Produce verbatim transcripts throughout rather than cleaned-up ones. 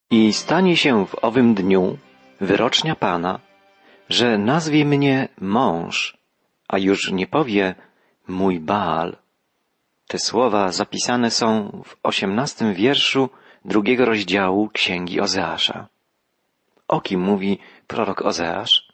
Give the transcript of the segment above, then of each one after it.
I stanie się w owym dniu wyrocznia Pana, że nazwie mnie mąż, a już nie powie mój Baal. Te słowa zapisane są w osiemnastym wierszu drugiego rozdziału Księgi Ozeasza. O kim mówi prorok Ozeasz?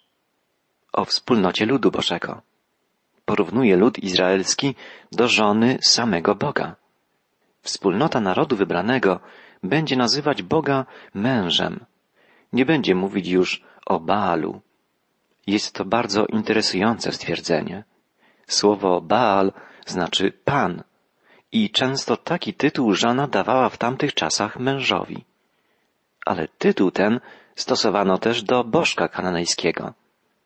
O wspólnocie ludu Bożego. Porównuje lud izraelski do żony samego Boga. Wspólnota narodu wybranego będzie nazywać Boga mężem. Nie będzie mówić już o Baalu. Jest to bardzo interesujące stwierdzenie. Słowo Baal znaczy Pan i często taki tytuł żona dawała w tamtych czasach mężowi. Ale tytuł ten stosowano też do bożka kananejskiego.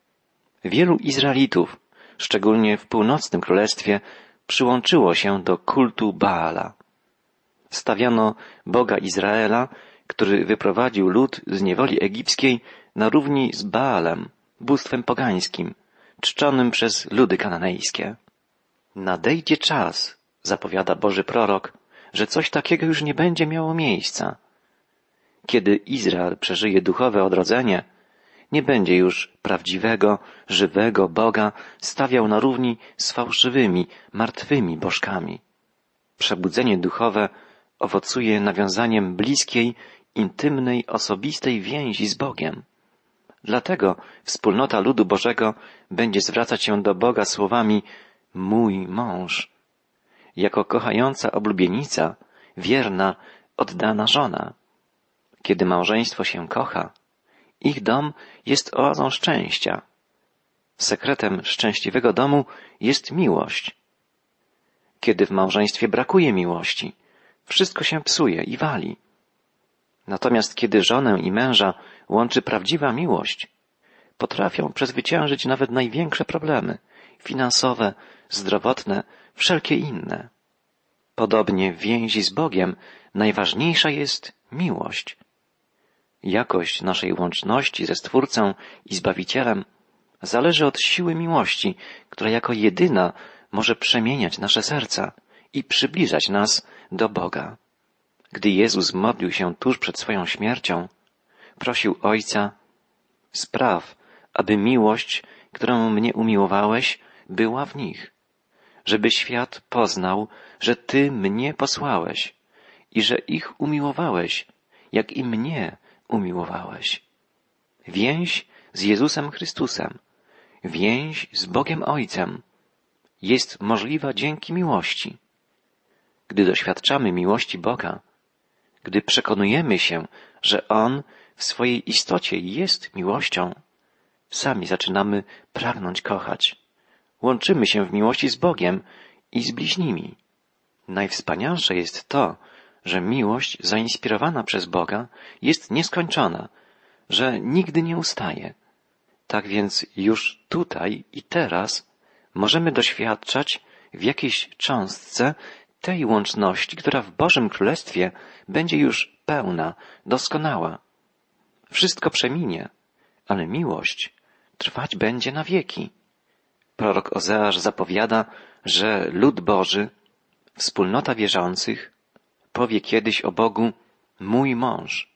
Wielu Izraelitów, szczególnie w północnym królestwie, przyłączyło się do kultu Baala. Stawiano Boga Izraela, który wyprowadził lud z niewoli egipskiej, na równi z Baalem, bóstwem pogańskim, czczonym przez ludy kananejskie. Nadejdzie czas, zapowiada Boży prorok, że coś takiego już nie będzie miało miejsca. Kiedy Izrael przeżyje duchowe odrodzenie, nie będzie już prawdziwego, żywego Boga stawiał na równi z fałszywymi, martwymi bożkami. Przebudzenie duchowe owocuje nawiązaniem bliskiej, intymnej, osobistej więzi z Bogiem. Dlatego wspólnota ludu Bożego będzie zwracać się do Boga słowami mój mąż, jako kochająca oblubienica, wierna, oddana żona. Kiedy małżeństwo się kocha, ich dom jest oazą szczęścia. Sekretem szczęśliwego domu jest miłość. Kiedy w małżeństwie brakuje miłości, wszystko się psuje i wali. Natomiast kiedy żonę i męża łączy prawdziwa miłość, potrafią przezwyciężyć nawet największe problemy finansowe, zdrowotne, wszelkie inne. Podobnie w więzi z Bogiem najważniejsza jest miłość. Jakość naszej łączności ze Stwórcą i Zbawicielem zależy od siły miłości, która jako jedyna może przemieniać nasze serca i przybliżać nas do Boga. Gdy Jezus modlił się tuż przed swoją śmiercią, prosił Ojca, spraw, aby miłość, którą mnie umiłowałeś, była w nich, żeby świat poznał, że Ty mnie posłałeś i że ich umiłowałeś, jak i mnie umiłowałeś. Więź z Jezusem Chrystusem, więź z Bogiem Ojcem jest możliwa dzięki miłości. Gdy doświadczamy miłości Boga, gdy przekonujemy się, że On w swojej istocie jest miłością, sami zaczynamy pragnąć kochać. Łączymy się w miłości z Bogiem i z bliźnimi. Najwspanialsze jest to, że miłość zainspirowana przez Boga jest nieskończona, że nigdy nie ustaje. Tak więc już tutaj i teraz możemy doświadczać w jakiejś cząstce tej łączności, która w Bożym Królestwie będzie już pełna, doskonała. Wszystko przeminie, ale miłość trwać będzie na wieki. Prorok Ozeasz zapowiada, że lud Boży, wspólnota wierzących, powie kiedyś o Bogu mój mąż.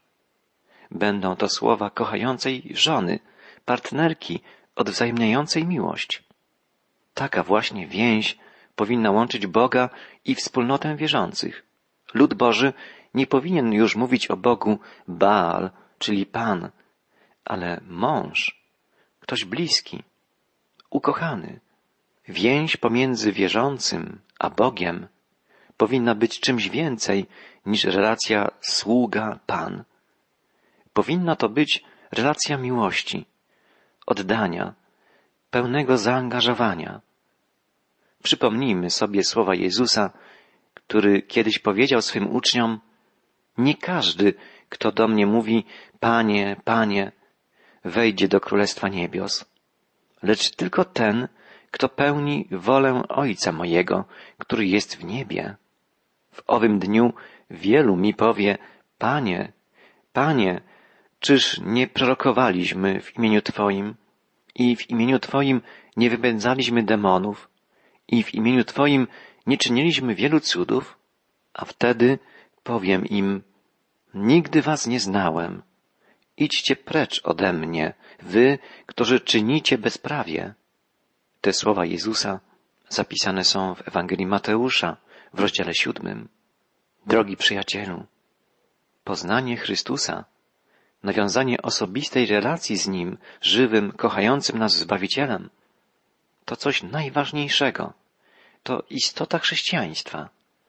Będą to słowa kochającej żony, partnerki odwzajemniającej miłość. Taka właśnie więź powinna łączyć Boga i wspólnotę wierzących. Lud Boży nie powinien już mówić o Bogu Baal, czyli Pan, ale mąż, ktoś bliski, ukochany. Więź pomiędzy wierzącym a Bogiem powinna być czymś więcej niż relacja sługa-Pan. Powinna to być relacja miłości, oddania, pełnego zaangażowania. Przypomnijmy sobie słowa Jezusa, który kiedyś powiedział swym uczniom: nie każdy, kto do mnie mówi Panie, Panie, wejdzie do Królestwa Niebios, lecz tylko ten, kto pełni wolę Ojca mojego, który jest w niebie. W owym dniu wielu mi powie: Panie, Panie, czyż nie prorokowaliśmy w imieniu Twoim i w imieniu Twoim nie wypędzaliśmy demonów i w imieniu Twoim nie czyniliśmy wielu cudów? A wtedy powiem im: Nigdy was nie znałem. Idźcie precz ode mnie, wy, którzy czynicie bezprawie. Te słowa Jezusa zapisane są w Ewangelii Mateusza w rozdziale siódmym. Drogi przyjacielu, poznanie Chrystusa, nawiązanie osobistej relacji z Nim, żywym, kochającym nas Zbawicielem, to coś najważniejszego. To istota chrześcijaństwa.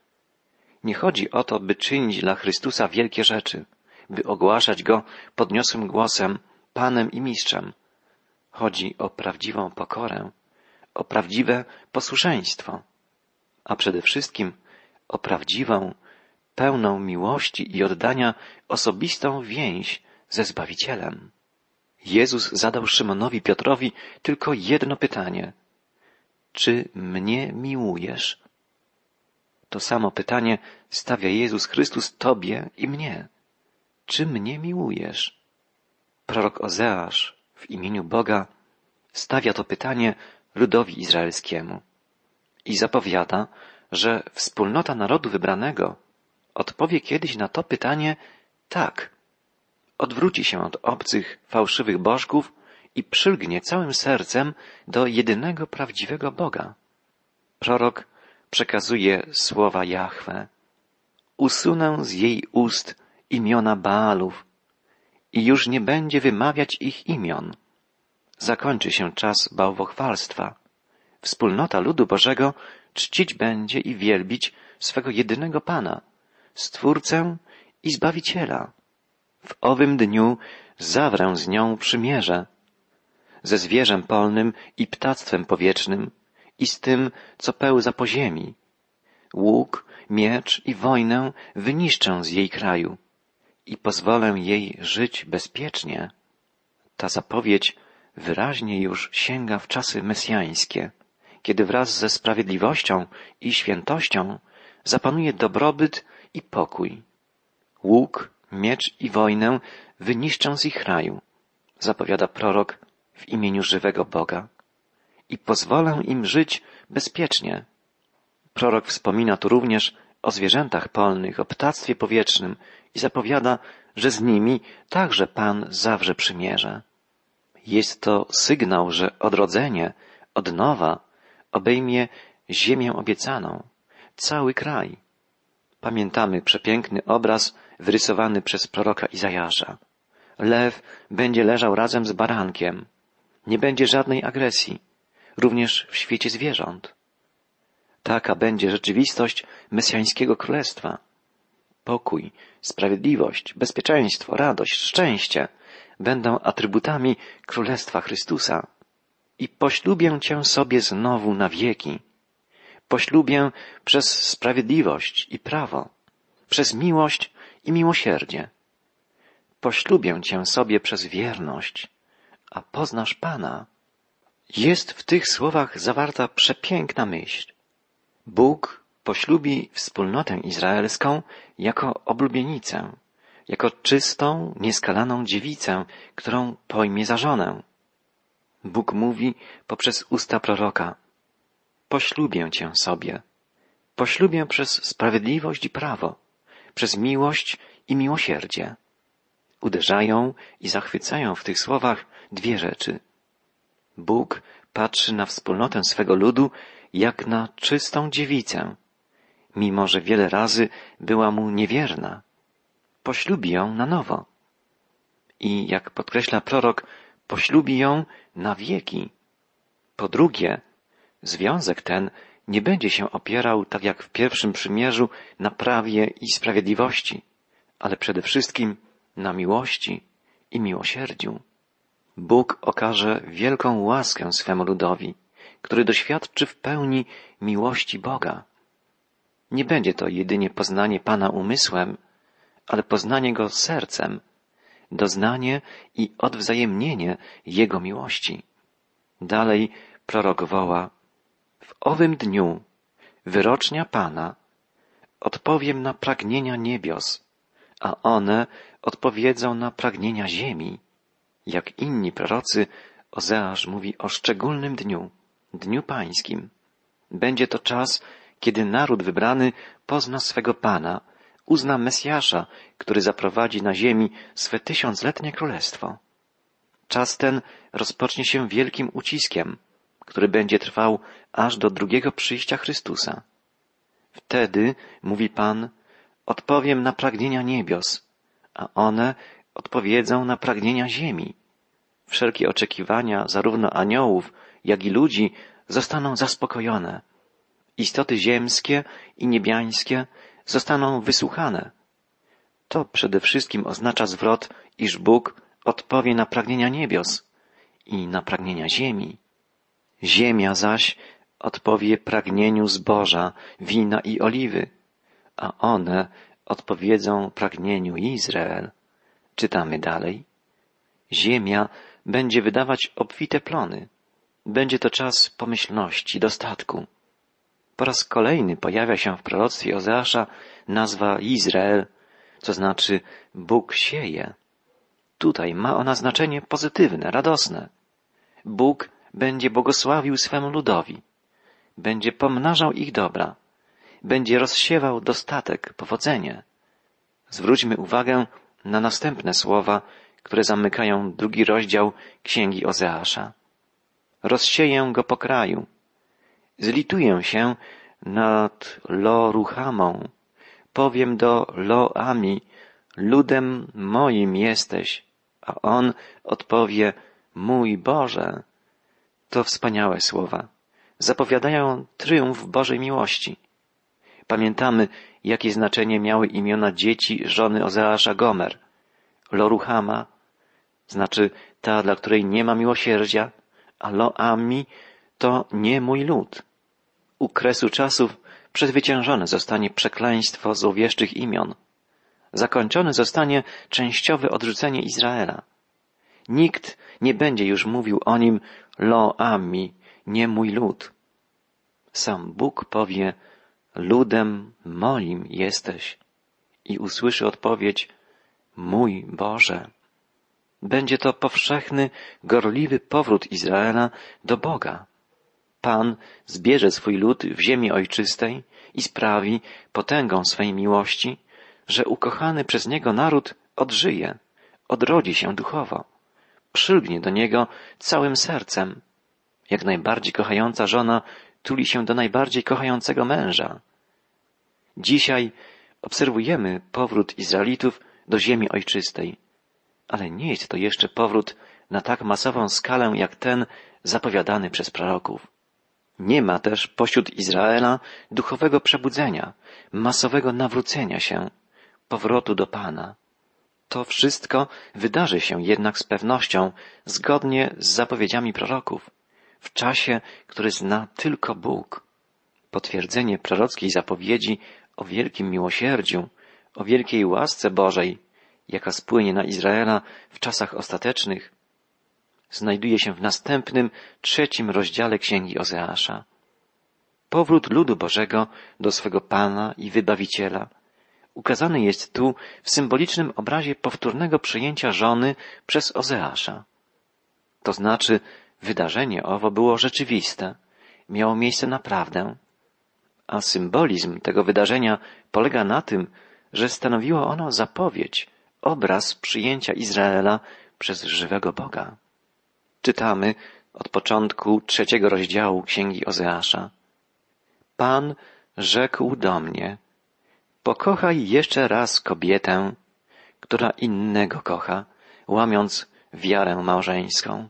Nie chodzi o to, by czynić dla Chrystusa wielkie rzeczy, by ogłaszać Go podniosłym głosem Panem i Mistrzem. Chodzi o prawdziwą pokorę, o prawdziwe posłuszeństwo, a przede wszystkim o prawdziwą, pełną miłości i oddania osobistą więź ze Zbawicielem. Jezus zadał Szymonowi Piotrowi tylko jedno pytanie. Czy mnie miłujesz? To samo pytanie stawia Jezus Chrystus Tobie i mnie. Czy mnie miłujesz? Prorok Ozeasz w imieniu Boga stawia to pytanie ludowi izraelskiemu i zapowiada, że wspólnota narodu wybranego odpowie kiedyś na to pytanie tak. Odwróci się od obcych, fałszywych bożków i przylgnie całym sercem do jedynego prawdziwego Boga. Prorok przekazuje słowa Jahwe. Usunę z jej ust imiona Baalów i już nie będzie wymawiać ich imion. Zakończy się czas bałwochwalstwa. Wspólnota ludu Bożego czcić będzie i wielbić swego jedynego Pana, Stwórcę i Zbawiciela. W owym dniu zawrę z nią przymierze, ze zwierzem polnym i ptactwem powietrznym i z tym, co pełza po ziemi. Łuk, miecz i wojnę wyniszczę z jej kraju i pozwolę jej żyć bezpiecznie. Ta zapowiedź wyraźnie już sięga w czasy mesjańskie, kiedy wraz ze sprawiedliwością i świętością zapanuje dobrobyt i pokój. Łuk, miecz i wojnę wyniszczę z ich kraju, zapowiada prorok w imieniu żywego Boga, i pozwolę im żyć bezpiecznie. Prorok wspomina tu również o zwierzętach polnych, o ptactwie powietrznym i zapowiada, że z nimi także Pan zawrze przymierze. Jest to sygnał, że odrodzenie, odnowa obejmie ziemię obiecaną, cały kraj. Pamiętamy przepiękny obraz wyrysowany przez proroka Izajasza. Lew będzie leżał razem z barankiem. Nie będzie żadnej agresji, również w świecie zwierząt. Taka będzie rzeczywistość mesjańskiego królestwa. Pokój, sprawiedliwość, bezpieczeństwo, radość, szczęście będą atrybutami Królestwa Chrystusa. I poślubię Cię sobie znowu na wieki. Poślubię przez sprawiedliwość i prawo, przez miłość i miłosierdzie. Poślubię Cię sobie przez wierność, a poznasz Pana. Jest w tych słowach zawarta przepiękna myśl. Bóg poślubi wspólnotę izraelską jako oblubienicę, jako czystą, nieskalaną dziewicę, którą pojmie za żonę. Bóg mówi poprzez usta proroka: poślubię Cię sobie, poślubię przez sprawiedliwość i prawo, przez miłość i miłosierdzie. Uderzają i zachwycają w tych słowach dwie rzeczy. Bóg patrzy na wspólnotę swego ludu jak na czystą dziewicę, mimo że wiele razy była mu niewierna. Poślubi ją na nowo. I jak podkreśla prorok, poślubi ją na wieki. Po drugie, związek ten nie będzie się opierał, tak jak w pierwszym przymierzu, na prawie i sprawiedliwości, ale przede wszystkim na miłości i miłosierdziu. Bóg okaże wielką łaskę swemu ludowi, który doświadczy w pełni miłości Boga. Nie będzie to jedynie poznanie Pana umysłem, ale poznanie Go sercem, doznanie i odwzajemnienie Jego miłości. Dalej prorok woła: w owym dniu, wyrocznia Pana, odpowiem na pragnienia niebios, a one odpowiedzą na pragnienia ziemi. Jak inni prorocy, Ozeasz mówi o szczególnym dniu, dniu pańskim. Będzie to czas, kiedy naród wybrany pozna swego Pana, uzna Mesjasza, który zaprowadzi na ziemi swe tysiącletnie królestwo. Czas ten rozpocznie się wielkim uciskiem, który będzie trwał aż do drugiego przyjścia Chrystusa. Wtedy, mówi Pan, odpowiem na pragnienia niebios, a one odpowiedzą na pragnienia ziemi. Wszelkie oczekiwania zarówno aniołów, jak i ludzi zostaną zaspokojone. Istoty ziemskie i niebiańskie zostaną wysłuchane. To przede wszystkim oznacza zwrot, iż Bóg odpowie na pragnienia niebios i na pragnienia ziemi. Ziemia zaś odpowie pragnieniu zboża, wina i oliwy, a one odpowiedzą pragnieniu Izrael. Czytamy dalej. Ziemia będzie wydawać obfite plony. Będzie to czas pomyślności, dostatku. Po raz kolejny pojawia się w proroctwie Ozeasza nazwa Izrael, co znaczy Bóg sieje. Tutaj ma ona znaczenie pozytywne, radosne. Bóg będzie błogosławił swemu ludowi. Będzie pomnażał ich dobra. Będzie rozsiewał dostatek, powodzenie. Zwróćmy uwagę na następne słowa, które zamykają drugi rozdział Księgi Ozeasza. Rozsieję go po kraju. Zlituję się nad Lo-Ruhamą. Powiem do Lo-Ami, ludem moim jesteś, a on odpowie, mój Boże. To wspaniałe słowa. Zapowiadają triumf Bożej miłości. Pamiętamy, jakie znaczenie miały imiona dzieci żony Ozeasza Gomer. Lo-Ruhama znaczy ta, dla której nie ma miłosierdzia, a Lo-Ami to nie mój lud. U kresu czasów przezwyciężone zostanie przekleństwo złowieszczych imion. Zakończone zostanie częściowe odrzucenie Izraela. Nikt nie będzie już mówił o nim Lo-Ami, nie mój lud. Sam Bóg powie, ludem moim jesteś i usłyszy odpowiedź, mój Boże. Będzie to powszechny, gorliwy powrót Izraela do Boga. Pan zbierze swój lud w ziemi ojczystej i sprawi potęgą swej miłości, że ukochany przez Niego naród odżyje, odrodzi się duchowo, przylgnie do Niego całym sercem. Jak najbardziej kochająca żona tuli się do najbardziej kochającego męża. Dzisiaj obserwujemy powrót Izraelitów do ziemi ojczystej, ale nie jest to jeszcze powrót na tak masową skalę jak ten zapowiadany przez proroków. Nie ma też pośród Izraela duchowego przebudzenia, masowego nawrócenia się, powrotu do Pana. To wszystko wydarzy się jednak z pewnością zgodnie z zapowiedziami proroków, w czasie, który zna tylko Bóg. Potwierdzenie prorockiej zapowiedzi o wielkim miłosierdziu, o wielkiej łasce Bożej, jaka spłynie na Izraela w czasach ostatecznych, znajduje się w następnym, trzecim rozdziale Księgi Ozeasza. Powrót ludu Bożego do swego Pana i Wybawiciela ukazany jest tu w symbolicznym obrazie powtórnego przyjęcia żony przez Ozeasza. To znaczy, wydarzenie owo było rzeczywiste, miało miejsce naprawdę, a symbolizm tego wydarzenia polega na tym, że stanowiło ono zapowiedź, obraz przyjęcia Izraela przez żywego Boga. Czytamy od początku trzeciego rozdziału Księgi Ozeasza. Pan rzekł do mnie, pokochaj jeszcze raz kobietę, która innego kocha, łamiąc wiarę małżeńską.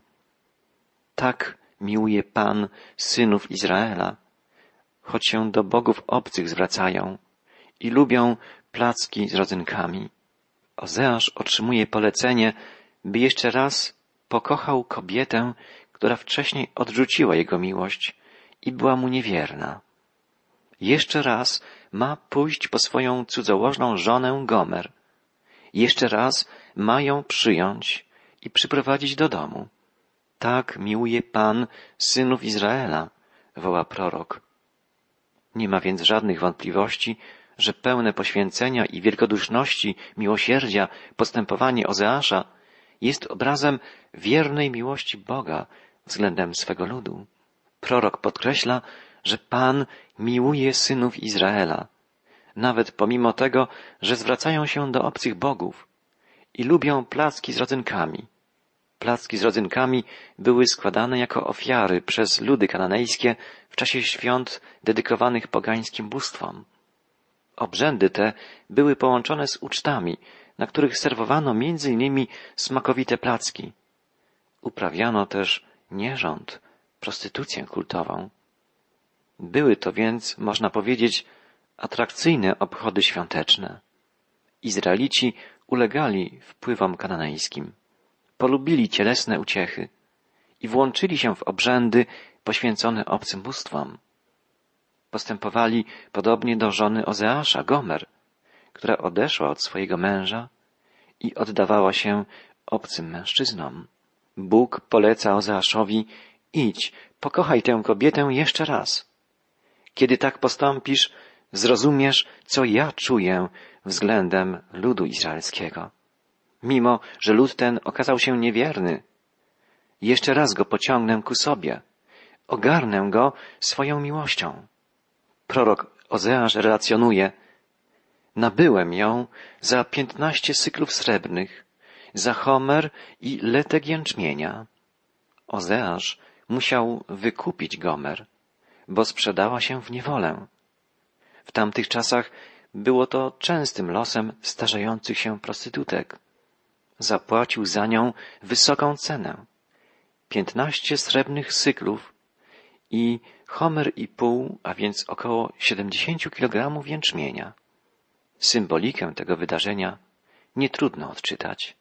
Tak miłuje Pan synów Izraela, choć się do bogów obcych zwracają i lubią placki z rodzynkami. Ozeasz otrzymuje polecenie, by jeszcze raz pokochał kobietę, która wcześniej odrzuciła jego miłość i była mu niewierna. Jeszcze raz ma pójść po swoją cudzołożną żonę Gomer. Jeszcze raz ma ją przyjąć i przyprowadzić do domu. Tak miłuje Pan synów Izraela, woła prorok. Nie ma więc żadnych wątpliwości, że pełne poświęcenia i wielkoduszności, miłosierdzia postępowanie Ozeasza jest obrazem wiernej miłości Boga względem swego ludu. Prorok podkreśla, że Pan miłuje synów Izraela, nawet pomimo tego, że zwracają się do obcych bogów i lubią placki z rodzynkami. Placki z rodzynkami były składane jako ofiary przez ludy kananejskie w czasie świąt dedykowanych pogańskim bóstwom. Obrzędy te były połączone z ucztami, na których serwowano między innymi smakowite placki. Uprawiano też nierząd, prostytucję kultową. Były to więc, można powiedzieć, atrakcyjne obchody świąteczne. Izraelici ulegali wpływom kananejskim, polubili cielesne uciechy i włączyli się w obrzędy poświęcone obcym bóstwom. Postępowali podobnie do żony Ozeasza, Gomer, która odeszła od swojego męża i oddawała się obcym mężczyznom. Bóg poleca Ozeaszowi: idź, pokochaj tę kobietę jeszcze raz. Kiedy tak postąpisz, zrozumiesz, co ja czuję względem ludu izraelskiego. Mimo że lud ten okazał się niewierny, jeszcze raz go pociągnę ku sobie, ogarnę go swoją miłością. Prorok Ozeasz relacjonuje: nabyłem ją za piętnaście syklów srebrnych, za homer i letek jęczmienia. Ozeasz musiał wykupić Gomer, bo sprzedała się w niewolę. W tamtych czasach było to częstym losem starzejących się prostytutek. Zapłacił za nią wysoką cenę. Piętnaście srebrnych syklów i homer i pół, a więc około siedemdziesiąt kilogramów jęczmienia. Symbolikę tego wydarzenia nie trudno odczytać.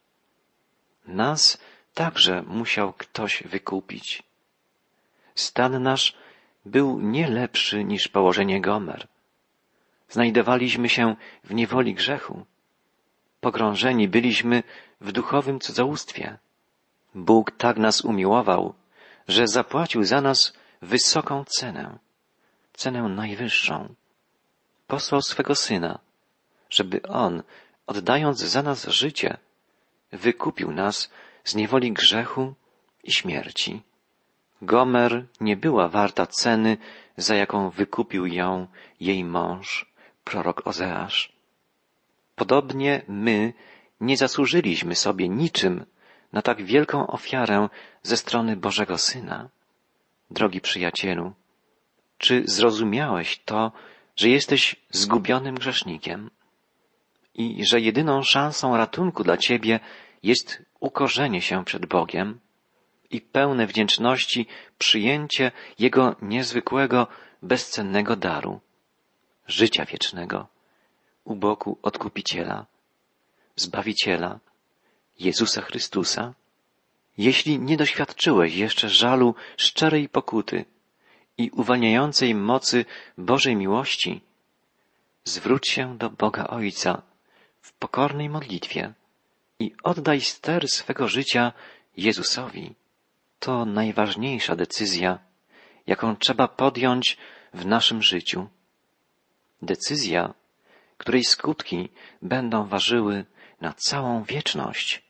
Nas także musiał ktoś wykupić. Stan nasz był nie lepszy niż położenie Gomer. Znajdowaliśmy się w niewoli grzechu. Pogrążeni byliśmy w duchowym cudzołóstwie. Bóg tak nas umiłował, że zapłacił za nas wysoką cenę, cenę najwyższą. Posłał swego Syna, żeby On, oddając za nas życie, wykupił nas z niewoli grzechu i śmierci. Gomer nie była warta ceny, za jaką wykupił ją jej mąż, prorok Ozeasz. Podobnie my nie zasłużyliśmy sobie niczym na tak wielką ofiarę ze strony Bożego Syna. Drogi przyjacielu, czy zrozumiałeś to, że jesteś zgubionym grzesznikiem i że jedyną szansą ratunku dla ciebie jest ukorzenie się przed Bogiem i pełne wdzięczności przyjęcie Jego niezwykłego, bezcennego daru, życia wiecznego, u boku Odkupiciela, Zbawiciela, Jezusa Chrystusa? Jeśli nie doświadczyłeś jeszcze żalu szczerej pokuty i uwalniającej mocy Bożej miłości, zwróć się do Boga Ojca w pokornej modlitwie i oddaj ster swego życia Jezusowi. To najważniejsza decyzja, jaką trzeba podjąć w naszym życiu. Decyzja, której skutki będą ważyły na całą wieczność.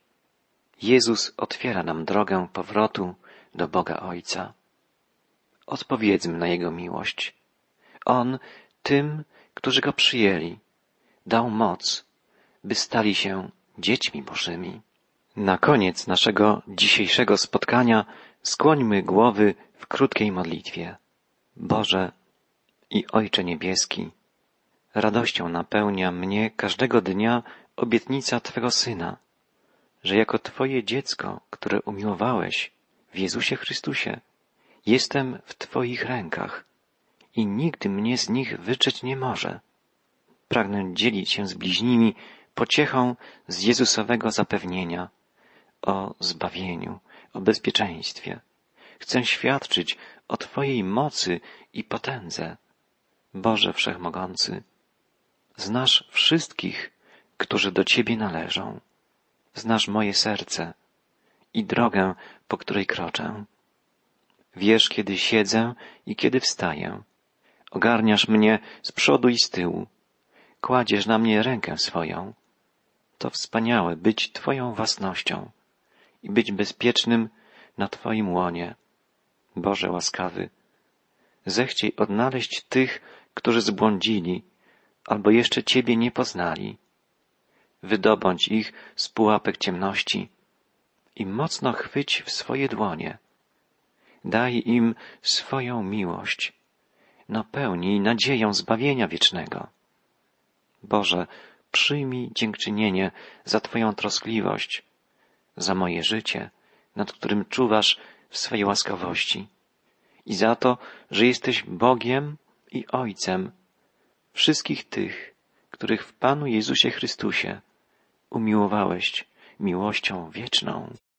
Jezus otwiera nam drogę powrotu do Boga Ojca. Odpowiedzmy na Jego miłość. On tym, którzy Go przyjęli, dał moc, by stali się dziećmi Bożymi. Na koniec naszego dzisiejszego spotkania skłońmy głowy w krótkiej modlitwie. Boże i Ojcze Niebieski, radością napełnia mnie każdego dnia obietnica Twego Syna, że jako Twoje dziecko, które umiłowałeś w Jezusie Chrystusie, jestem w Twoich rękach i nikt mnie z nich wyczeć nie może. Pragnę dzielić się z bliźnimi pociechą z Jezusowego zapewnienia o zbawieniu, o bezpieczeństwie. Chcę świadczyć o Twojej mocy i potędze. Boże Wszechmogący, znasz wszystkich, którzy do Ciebie należą. Znasz moje serce i drogę, po której kroczę. Wiesz, kiedy siedzę i kiedy wstaję. Ogarniasz mnie z przodu i z tyłu. Kładziesz na mnie rękę swoją. To wspaniałe być Twoją własnością i być bezpiecznym na Twoim łonie. Boże łaskawy, zechciej odnaleźć tych, którzy zbłądzili, albo jeszcze Ciebie nie poznali. Wydobądź ich z pułapek ciemności i mocno chwyć w swoje dłonie. Daj im swoją miłość. Napełnij nadzieją zbawienia wiecznego. Boże, przyjmij dziękczynienie za Twoją troskliwość, za moje życie, nad którym czuwasz w swej łaskawości i za to, że jesteś Bogiem i Ojcem wszystkich tych, których w Panu Jezusie Chrystusie umiłowałeś miłością wieczną.